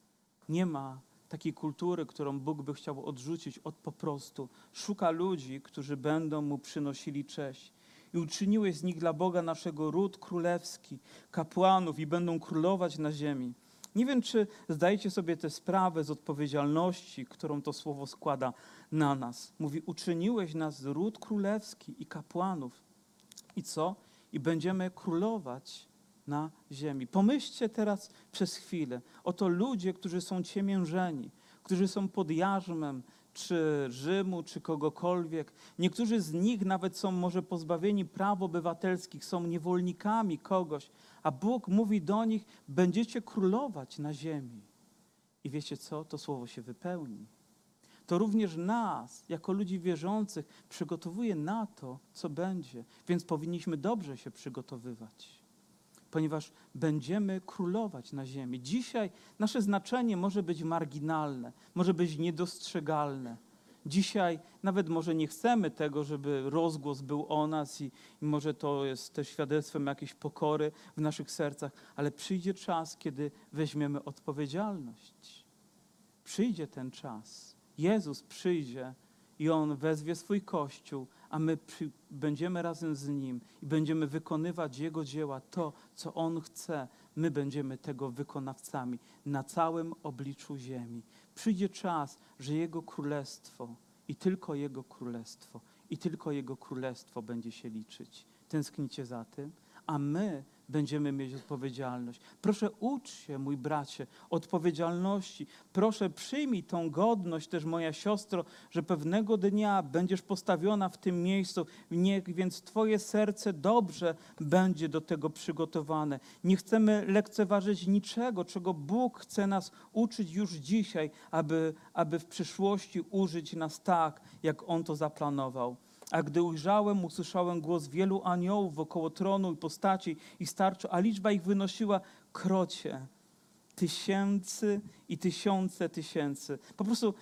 Nie ma takiej kultury, którą Bóg by chciał odrzucić, po prostu szuka ludzi, którzy będą Mu przynosili cześć. I uczyniłeś z nich dla Boga naszego ród królewski, kapłanów i będą królować na ziemi. Nie wiem, czy zdajecie sobie tę sprawę z odpowiedzialności, którą to słowo składa na nas. Mówi, uczyniłeś nas ród królewski i kapłanów. I co? I będziemy królować na ziemi. Pomyślcie teraz przez chwilę. Oto ludzie, którzy są ciemiężeni, którzy są pod jarzmem, czy Rzymu, czy kogokolwiek. Niektórzy z nich nawet są może pozbawieni praw obywatelskich, są niewolnikami kogoś, a Bóg mówi do nich, będziecie królować na ziemi. I wiecie co? To słowo się wypełni. To również nas, jako ludzi wierzących, przygotowuje na to, co będzie. Więc powinniśmy dobrze się przygotowywać, ponieważ będziemy królować na ziemi. Dzisiaj nasze znaczenie może być marginalne, może być niedostrzegalne. Dzisiaj nawet może nie chcemy tego, żeby rozgłos był o nas i może to jest też świadectwem jakiejś pokory w naszych sercach, ale przyjdzie czas, kiedy weźmiemy odpowiedzialność. Przyjdzie ten czas. Jezus przyjdzie i On wezwie swój Kościół, a my będziemy razem z Nim i będziemy wykonywać Jego dzieła, to, co On chce. My będziemy tego wykonawcami na całym obliczu ziemi. Przyjdzie czas, że Jego Królestwo i tylko Jego Królestwo i tylko Jego Królestwo będzie się liczyć. Tęsknicie za tym? A my będziemy mieć odpowiedzialność. Proszę, ucz się, mój bracie, odpowiedzialności. Proszę, przyjmij tą godność też, moja siostro, że pewnego dnia będziesz postawiona w tym miejscu. Niech więc Twoje serce dobrze będzie do tego przygotowane. Nie chcemy lekceważyć niczego, czego Bóg chce nas uczyć już dzisiaj, aby w przyszłości użyć nas tak, jak On to zaplanował. A gdy usłyszałem głos wielu aniołów wokoło tronu i postaci i starczu, a liczba ich wynosiła krocie. Tysięcy i tysiące tysięcy. Po prostu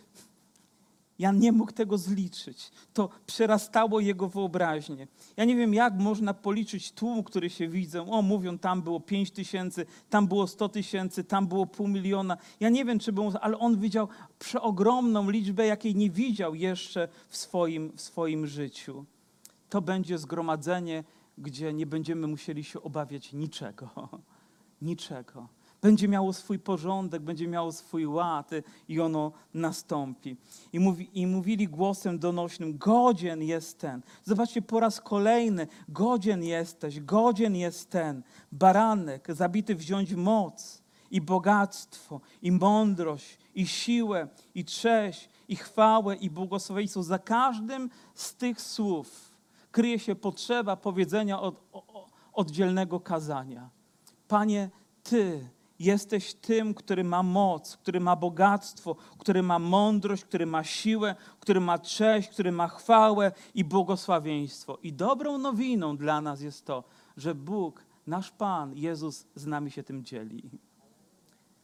ja nie mógł tego zliczyć. To przerastało jego wyobraźnię. Ja nie wiem, jak można policzyć tłum, który się widzę. O, mówią, tam było 5 tysięcy, tam było 100 tysięcy, tam było 500 000. Ja nie wiem, czy było, ale on widział przeogromną liczbę, jakiej nie widział jeszcze w swoim życiu. To będzie zgromadzenie, gdzie nie będziemy musieli się obawiać niczego. Niczego. Będzie miało swój porządek, będzie miało swój ład i ono nastąpi. I mówili głosem donośnym, godzien jest ten. Zobaczcie, po raz kolejny, godzien jesteś, godzien jest ten. Baranek zabity wziąć moc i bogactwo, i mądrość, i siłę, i cześć, i chwałę, i błogosławieństwo. Za każdym z tych słów kryje się potrzeba powiedzenia oddzielnego kazania. Panie, Ty jesteś tym, który ma moc, który ma bogactwo, który ma mądrość, który ma siłę, który ma cześć, który ma chwałę i błogosławieństwo. I dobrą nowiną dla nas jest to, że Bóg, nasz Pan, Jezus z nami się tym dzieli.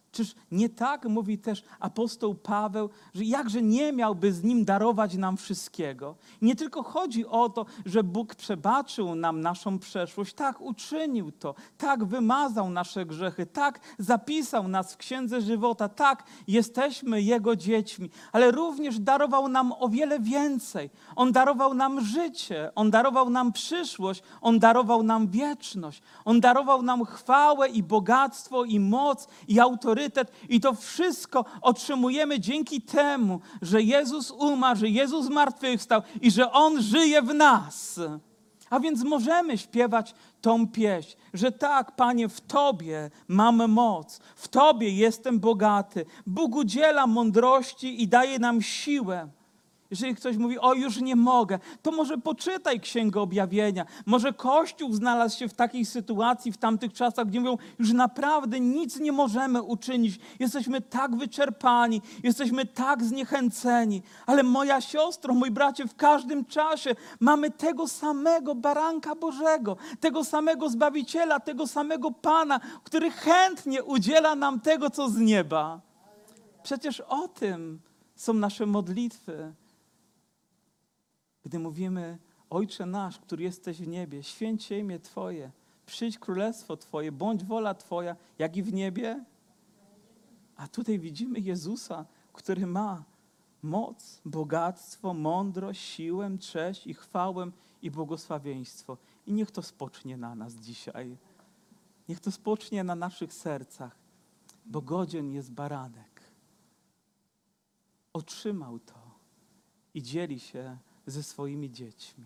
Czyż nie tak mówi też apostoł Paweł, że jakże nie miałby z nim darować nam wszystkiego? Nie tylko chodzi o to, że Bóg przebaczył nam naszą przeszłość, tak uczynił to, tak wymazał nasze grzechy, tak zapisał nas w Księdze Żywota, tak jesteśmy Jego dziećmi, ale również darował nam o wiele więcej. On darował nam życie, On darował nam przyszłość, On darował nam wieczność, On darował nam chwałę i bogactwo i moc i autorytet. I to wszystko otrzymujemy dzięki temu, że Jezus umarł, że Jezus zmartwychwstał i że On żyje w nas. A więc możemy śpiewać tą pieśń, że tak, Panie, w Tobie mamy moc, w Tobie jestem bogaty. Bóg udziela mądrości i daje nam siłę. Jeżeli ktoś mówi, o już nie mogę, to może poczytaj Księgę Objawienia. Może Kościół znalazł się w takiej sytuacji w tamtych czasach, gdzie mówią, już naprawdę nic nie możemy uczynić. Jesteśmy tak wyczerpani, jesteśmy tak zniechęceni. Ale moja siostro, mój bracie, w każdym czasie mamy tego samego baranka Bożego, tego samego Zbawiciela, tego samego Pana, który chętnie udziela nam tego, co z nieba. Przecież o tym są nasze modlitwy. Gdy mówimy, Ojcze nasz, który jesteś w niebie, święć się imię Twoje, przyjdź królestwo Twoje, bądź wola Twoja, jak i w niebie. A tutaj widzimy Jezusa, który ma moc, bogactwo, mądrość, siłę, cześć i chwałę i błogosławieństwo. I niech to spocznie na nas dzisiaj. Niech to spocznie na naszych sercach, bo godzien jest baranek. Otrzymał to i dzieli się ze swoimi dziećmi.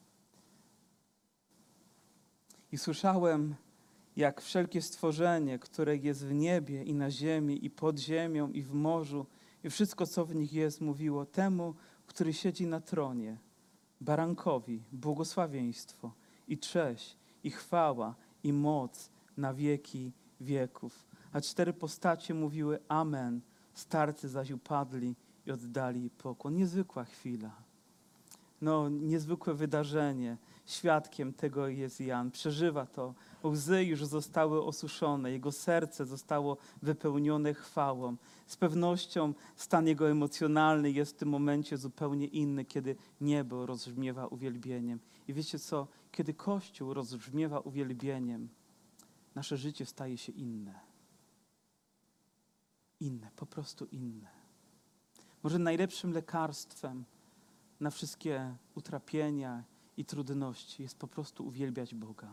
I słyszałem, jak wszelkie stworzenie, które jest w niebie i na ziemi, i pod ziemią, i w morzu, i wszystko, co w nich jest, mówiło temu, który siedzi na tronie, barankowi, błogosławieństwo, i cześć, i chwała, i moc na wieki wieków. A 4 postacie mówiły amen, starcy zaś upadli i oddali pokłon. Niezwykła chwila. Niezwykłe wydarzenie. Świadkiem tego jest Jan. Przeżywa to. Łzy już zostały osuszone. Jego serce zostało wypełnione chwałą. Z pewnością stan jego emocjonalny jest w tym momencie zupełnie inny, kiedy niebo rozbrzmiewa uwielbieniem. I wiecie co? Kiedy Kościół rozbrzmiewa uwielbieniem, nasze życie staje się inne. Inne, po prostu inne. Może najlepszym lekarstwem na wszystkie utrapienia i trudności jest po prostu uwielbiać Boga.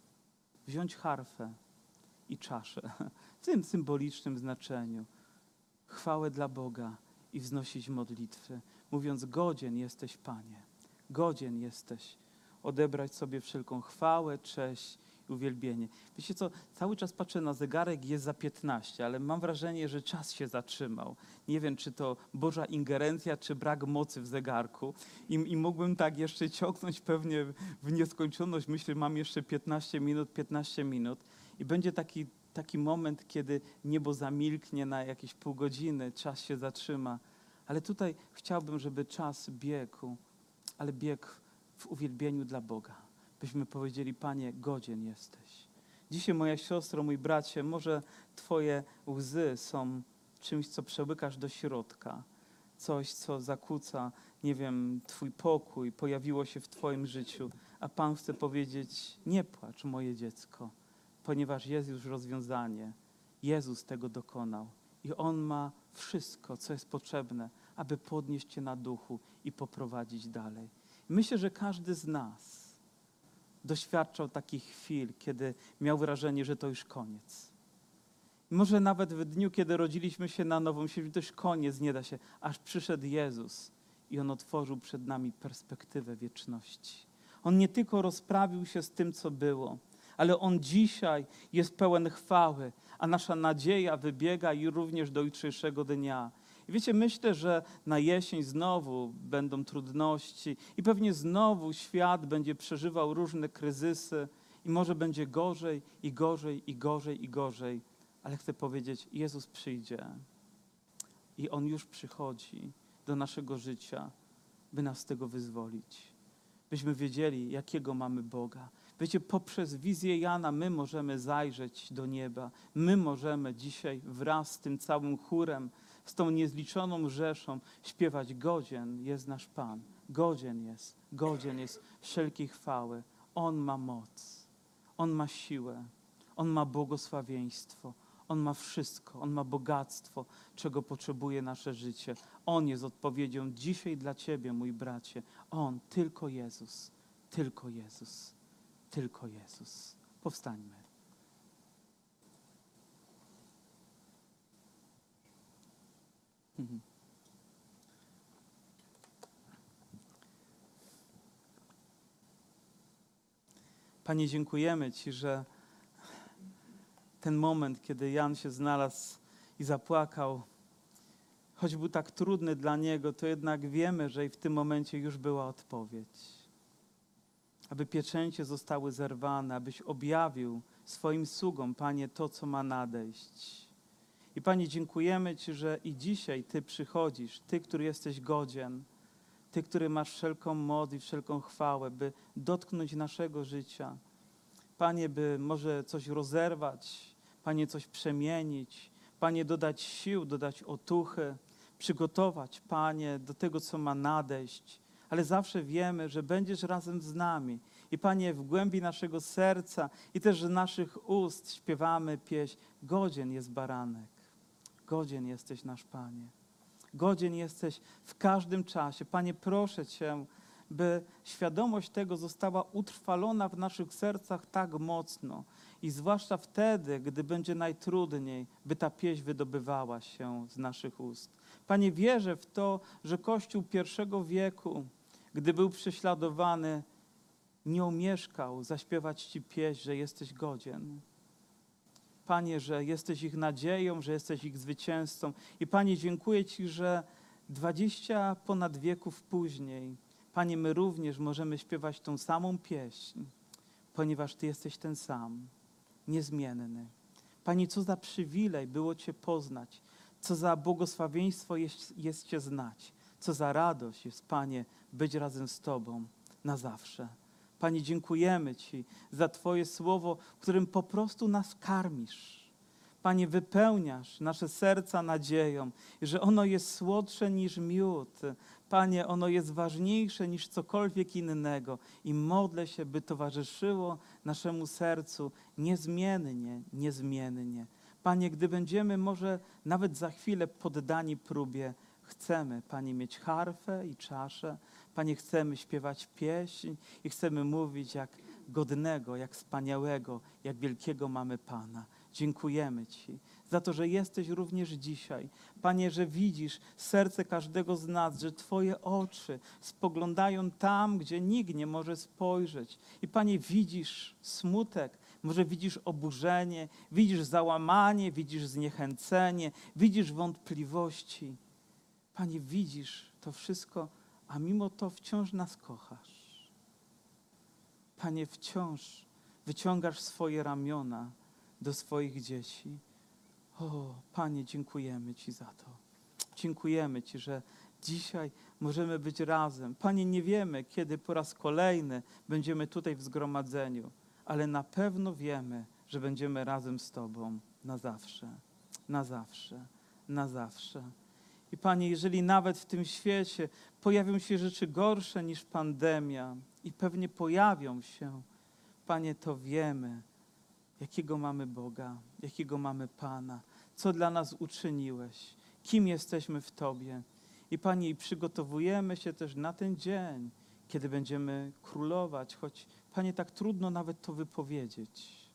Wziąć harfę i czaszę w tym symbolicznym znaczeniu. Chwałę dla Boga i wznosić modlitwy, mówiąc, godzien jesteś, Panie, godzien jesteś odebrać sobie wszelką chwałę, cześć i uwielbienie. Wiecie co, cały czas patrzę na zegarek, jest za 15, ale mam wrażenie, że czas się zatrzymał. Nie wiem, czy to Boża ingerencja, czy brak mocy w zegarku. I mógłbym tak jeszcze ciągnąć pewnie w nieskończoność. Myślę, mam jeszcze 15 minut i będzie taki moment, kiedy niebo zamilknie na jakieś pół godziny, czas się zatrzyma. Ale tutaj chciałbym, żeby czas biegł, ale biegł w uwielbieniu dla Boga. Byśmy powiedzieli, Panie, godzien jesteś. Dzisiaj, moja siostro, mój bracie, może Twoje łzy są czymś, co przełykasz do środka. Coś, co zakłóca, nie wiem, Twój pokój, pojawiło się w Twoim życiu. A Pan chce powiedzieć, nie płacz, moje dziecko, ponieważ jest już rozwiązanie. Jezus tego dokonał. I On ma wszystko, co jest potrzebne, aby podnieść Cię na duchu i poprowadzić dalej. Myślę, że każdy z nas doświadczał takich chwil, kiedy miał wrażenie, że to już koniec. Może nawet w dniu, kiedy rodziliśmy się na nowo, myśleliśmy, że to już koniec, nie da się. Aż przyszedł Jezus i On otworzył przed nami perspektywę wieczności. On nie tylko rozprawił się z tym, co było, ale On dzisiaj jest pełen chwały, a nasza nadzieja wybiega i również do jutrzejszego dnia. I wiecie, myślę, że na jesień znowu będą trudności i pewnie znowu świat będzie przeżywał różne kryzysy i może będzie gorzej i gorzej i gorzej i gorzej. Ale chcę powiedzieć, Jezus przyjdzie i On już przychodzi do naszego życia, by nas z tego wyzwolić. Byśmy wiedzieli, jakiego mamy Boga. Wiecie, poprzez wizję Jana my możemy zajrzeć do nieba. My możemy dzisiaj wraz z tym całym chórem, z tą niezliczoną rzeszą śpiewać: godzien jest nasz Pan, godzien jest wszelkiej chwały. On ma moc, On ma siłę, On ma błogosławieństwo, On ma wszystko, On ma bogactwo, czego potrzebuje nasze życie. On jest odpowiedzią dzisiaj dla Ciebie, mój bracie. On, tylko Jezus, tylko Jezus, tylko Jezus. Powstańmy. Panie, dziękujemy Ci, że ten moment, kiedy Jan się znalazł i zapłakał, choć był tak trudny dla niego, to jednak wiemy, że i w tym momencie już była odpowiedź. Aby pieczęcie zostały zerwane, abyś objawił swoim sługom, Panie, to, co ma nadejść. I Panie, dziękujemy Ci, że i dzisiaj Ty przychodzisz, Ty, który jesteś godzien, Ty, który masz wszelką moc i wszelką chwałę, by dotknąć naszego życia. Panie, by może coś rozerwać, Panie, coś przemienić, Panie, dodać sił, dodać otuchy, przygotować, Panie, do tego, co ma nadejść. Ale zawsze wiemy, że będziesz razem z nami. I Panie, w głębi naszego serca i też z naszych ust śpiewamy pieśń: godzien jest baranek, godzien jesteś nasz Panie. Godzien jesteś w każdym czasie. Panie, proszę Cię, by świadomość tego została utrwalona w naszych sercach tak mocno i zwłaszcza wtedy, gdy będzie najtrudniej, by ta pieśń wydobywała się z naszych ust. Panie, wierzę w to, że Kościół I wieku, gdy był prześladowany, nie omieszkał zaśpiewać Ci pieśń, że jesteś godzien. Panie, że jesteś ich nadzieją, że jesteś ich zwycięzcą. I Panie, dziękuję Ci, że 20 ponad wieków później, Panie, my również możemy śpiewać tą samą pieśń, ponieważ Ty jesteś ten sam, niezmienny. Panie, co za przywilej było Cię poznać, co za błogosławieństwo jest Cię znać, co za radość jest, Panie, być razem z Tobą na zawsze. Panie, dziękujemy Ci za Twoje słowo, którym po prostu nas karmisz. Panie, wypełniasz nasze serca nadzieją, że ono jest słodsze niż miód. Panie, ono jest ważniejsze niż cokolwiek innego i modlę się, by towarzyszyło naszemu sercu niezmiennie, niezmiennie. Panie, gdy będziemy może nawet za chwilę poddani próbie, chcemy, Panie, mieć harfę i czaszę. Panie, chcemy śpiewać pieśń i chcemy mówić, jak godnego, jak wspaniałego, jak wielkiego mamy Pana. Dziękujemy Ci za to, że jesteś również dzisiaj. Panie, że widzisz serce każdego z nas, że Twoje oczy spoglądają tam, gdzie nikt nie może spojrzeć. I Panie, widzisz smutek, może widzisz oburzenie, widzisz załamanie, widzisz zniechęcenie, widzisz wątpliwości. Panie, widzisz to wszystko, a mimo to wciąż nas kochasz. Panie, wciąż wyciągasz swoje ramiona do swoich dzieci. O, Panie, dziękujemy Ci za to. Dziękujemy Ci, że dzisiaj możemy być razem. Panie, nie wiemy, kiedy po raz kolejny będziemy tutaj w zgromadzeniu, ale na pewno wiemy, że będziemy razem z Tobą na zawsze, na zawsze, na zawsze. I Panie, jeżeli nawet w tym świecie pojawią się rzeczy gorsze niż pandemia i pewnie pojawią się, Panie, to wiemy, jakiego mamy Boga, jakiego mamy Pana, co dla nas uczyniłeś, kim jesteśmy w Tobie. I Panie, i przygotowujemy się też na ten dzień, kiedy będziemy królować, choć Panie, tak trudno nawet to wypowiedzieć.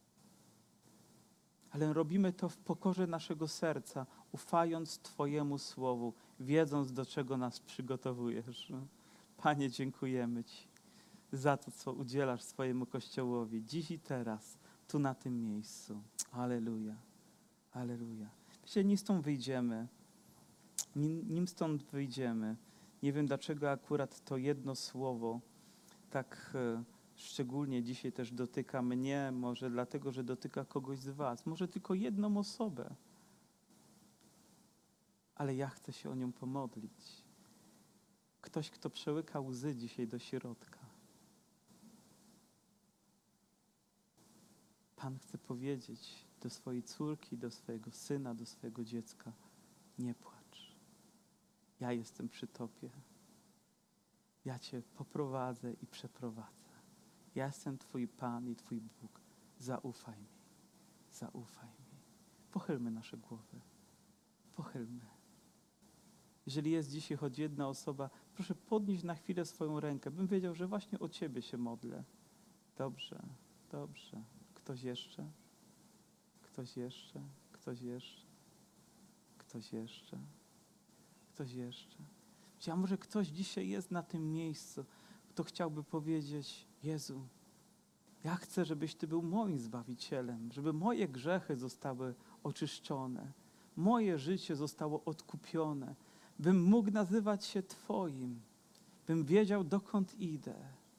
Ale robimy to w pokorze naszego serca, ufając Twojemu Słowu, wiedząc, do czego nas przygotowujesz. Panie, dziękujemy Ci za to, co udzielasz swojemu Kościołowi dziś i teraz, tu na tym miejscu. Alleluja, alleluja. Myślę, nim stąd wyjdziemy, nie wiem dlaczego akurat to jedno słowo tak szczególnie dzisiaj też dotyka mnie, może dlatego, że dotyka kogoś z was, może tylko jedną osobę. Ale ja chcę się o nią pomodlić. Ktoś, kto przełyka łzy dzisiaj do środka. Pan chce powiedzieć do swojej córki, do swojego syna, do swojego dziecka: nie płacz. Ja jestem przy tobie. Ja cię poprowadzę i przeprowadzę. Ja jestem twój Pan i twój Bóg. Zaufaj mi. Zaufaj mi. Pochylmy nasze głowy. Pochylmy. Jeżeli jest dzisiaj choć jedna osoba, proszę podnieść na chwilę swoją rękę, bym wiedział, że właśnie o ciebie się modlę. Dobrze, dobrze. Ktoś jeszcze? Ktoś jeszcze? Ktoś jeszcze? Ktoś jeszcze? Ktoś jeszcze? A może ktoś dzisiaj jest na tym miejscu, kto chciałby powiedzieć: Jezu, ja chcę, żebyś Ty był moim Zbawicielem, żeby moje grzechy zostały oczyszczone, moje życie zostało odkupione, bym mógł nazywać się Twoim, bym wiedział, dokąd idę.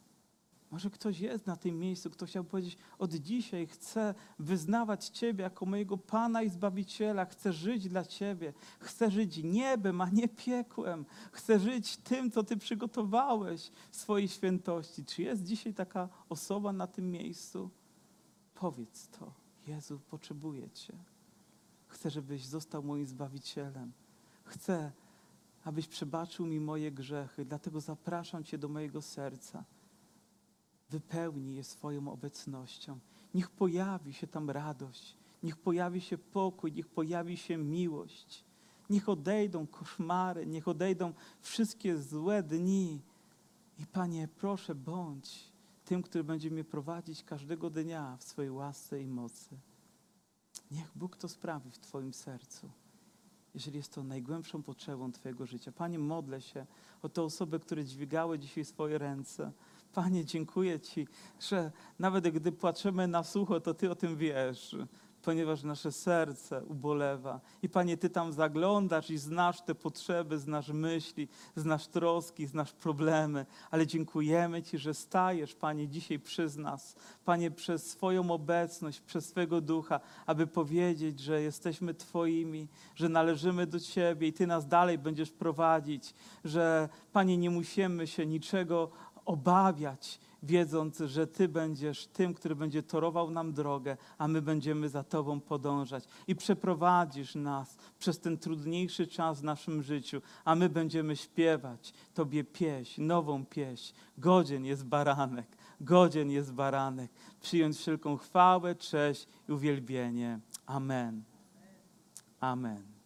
Może ktoś jest na tym miejscu, kto chciał powiedzieć: od dzisiaj chcę wyznawać Ciebie jako mojego Pana i Zbawiciela, chcę żyć dla Ciebie, chcę żyć niebem, a nie piekłem, chcę żyć tym, co Ty przygotowałeś w swojej świętości. Czy jest dzisiaj taka osoba na tym miejscu? Powiedz to: Jezu, potrzebuję Cię. Chcę, żebyś został moim Zbawicielem. Chcę, abyś przebaczył mi moje grzechy, dlatego zapraszam Cię do mojego serca. Wypełnij je swoją obecnością. Niech pojawi się tam radość, niech pojawi się pokój, niech pojawi się miłość. Niech odejdą koszmary, niech odejdą wszystkie złe dni. I Panie, proszę, bądź tym, który będzie mnie prowadzić każdego dnia w swojej łasce i mocy. Niech Bóg to sprawi w Twoim sercu, jeżeli jest to najgłębszą potrzebą Twojego życia. Panie, modlę się o te osoby, które dźwigały dzisiaj swoje ręce. Panie, dziękuję Ci, że nawet gdy płaczemy na sucho, to Ty o tym wiesz, ponieważ nasze serce ubolewa. I Panie, Ty tam zaglądasz i znasz te potrzeby, znasz myśli, znasz troski, znasz problemy. Ale dziękujemy Ci, że stajesz, Panie, dzisiaj przez nas. Panie, przez swoją obecność, przez swego Ducha, aby powiedzieć, że jesteśmy Twoimi, że należymy do Ciebie i Ty nas dalej będziesz prowadzić, że Panie, nie musimy się niczego obawiać, wiedząc, że Ty będziesz tym, który będzie torował nam drogę, a my będziemy za Tobą podążać. I przeprowadzisz nas przez ten trudniejszy czas w naszym życiu, a my będziemy śpiewać Tobie pieśń, nową pieśń. Godzien jest baranek, godzien jest baranek. Przyjąć wszelką chwałę, cześć i uwielbienie. Amen. Amen.